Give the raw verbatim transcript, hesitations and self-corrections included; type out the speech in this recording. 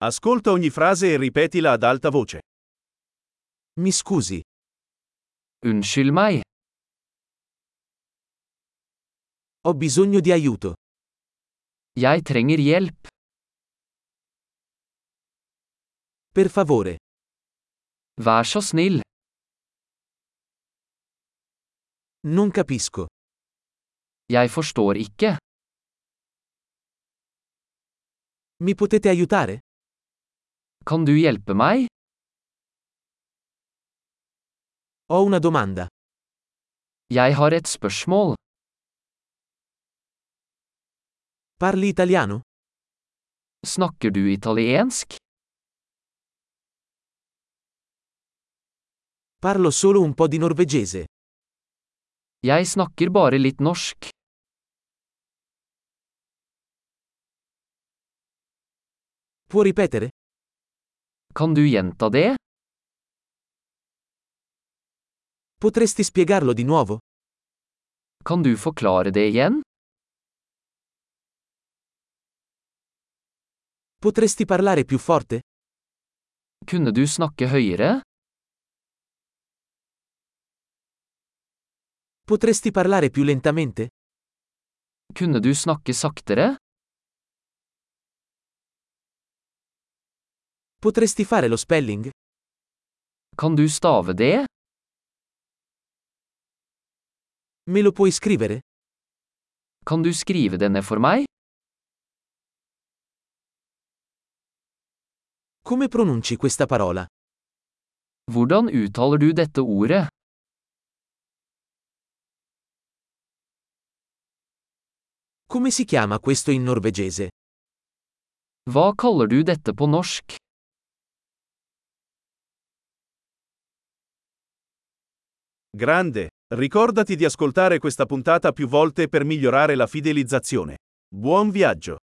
Ascolta ogni frase e ripetila ad alta voce. Mi scusi, Unnskyld meg. ho bisogno di aiuto. Jeg trenger hjelp. Per favore, Vær så snill. non capisco. Jeg forstår ikke. Mi potete aiutare? Kan du hjelpe meg? Ho una domanda. Jeg har et spørsmål. Parli italiano? Snakker du italiensk? Parlo solo un po' di norvegese. Jeg snakker bare litt norsk. Può ripetere? Kan du gjenta det? Potresti spiegarlo di nuovo? Kan du forklare det igjen? Potresti parlare più forte? Kunne du snakke høyere? Potresti parlare più lentamente? Kunne du snakke saktere? Potresti fare lo spelling? Kan du stave det? Me lo puoi scrivere? Kan du skrive det ned for meg? Come pronunci questa parola? Hvordan uttaler du dette ordet? Come si chiama questo in norvegese? Hva kaller du dette på norsk? Grande! Ricordati di ascoltare questa puntata più volte per migliorare la fidelizzazione. Buon viaggio!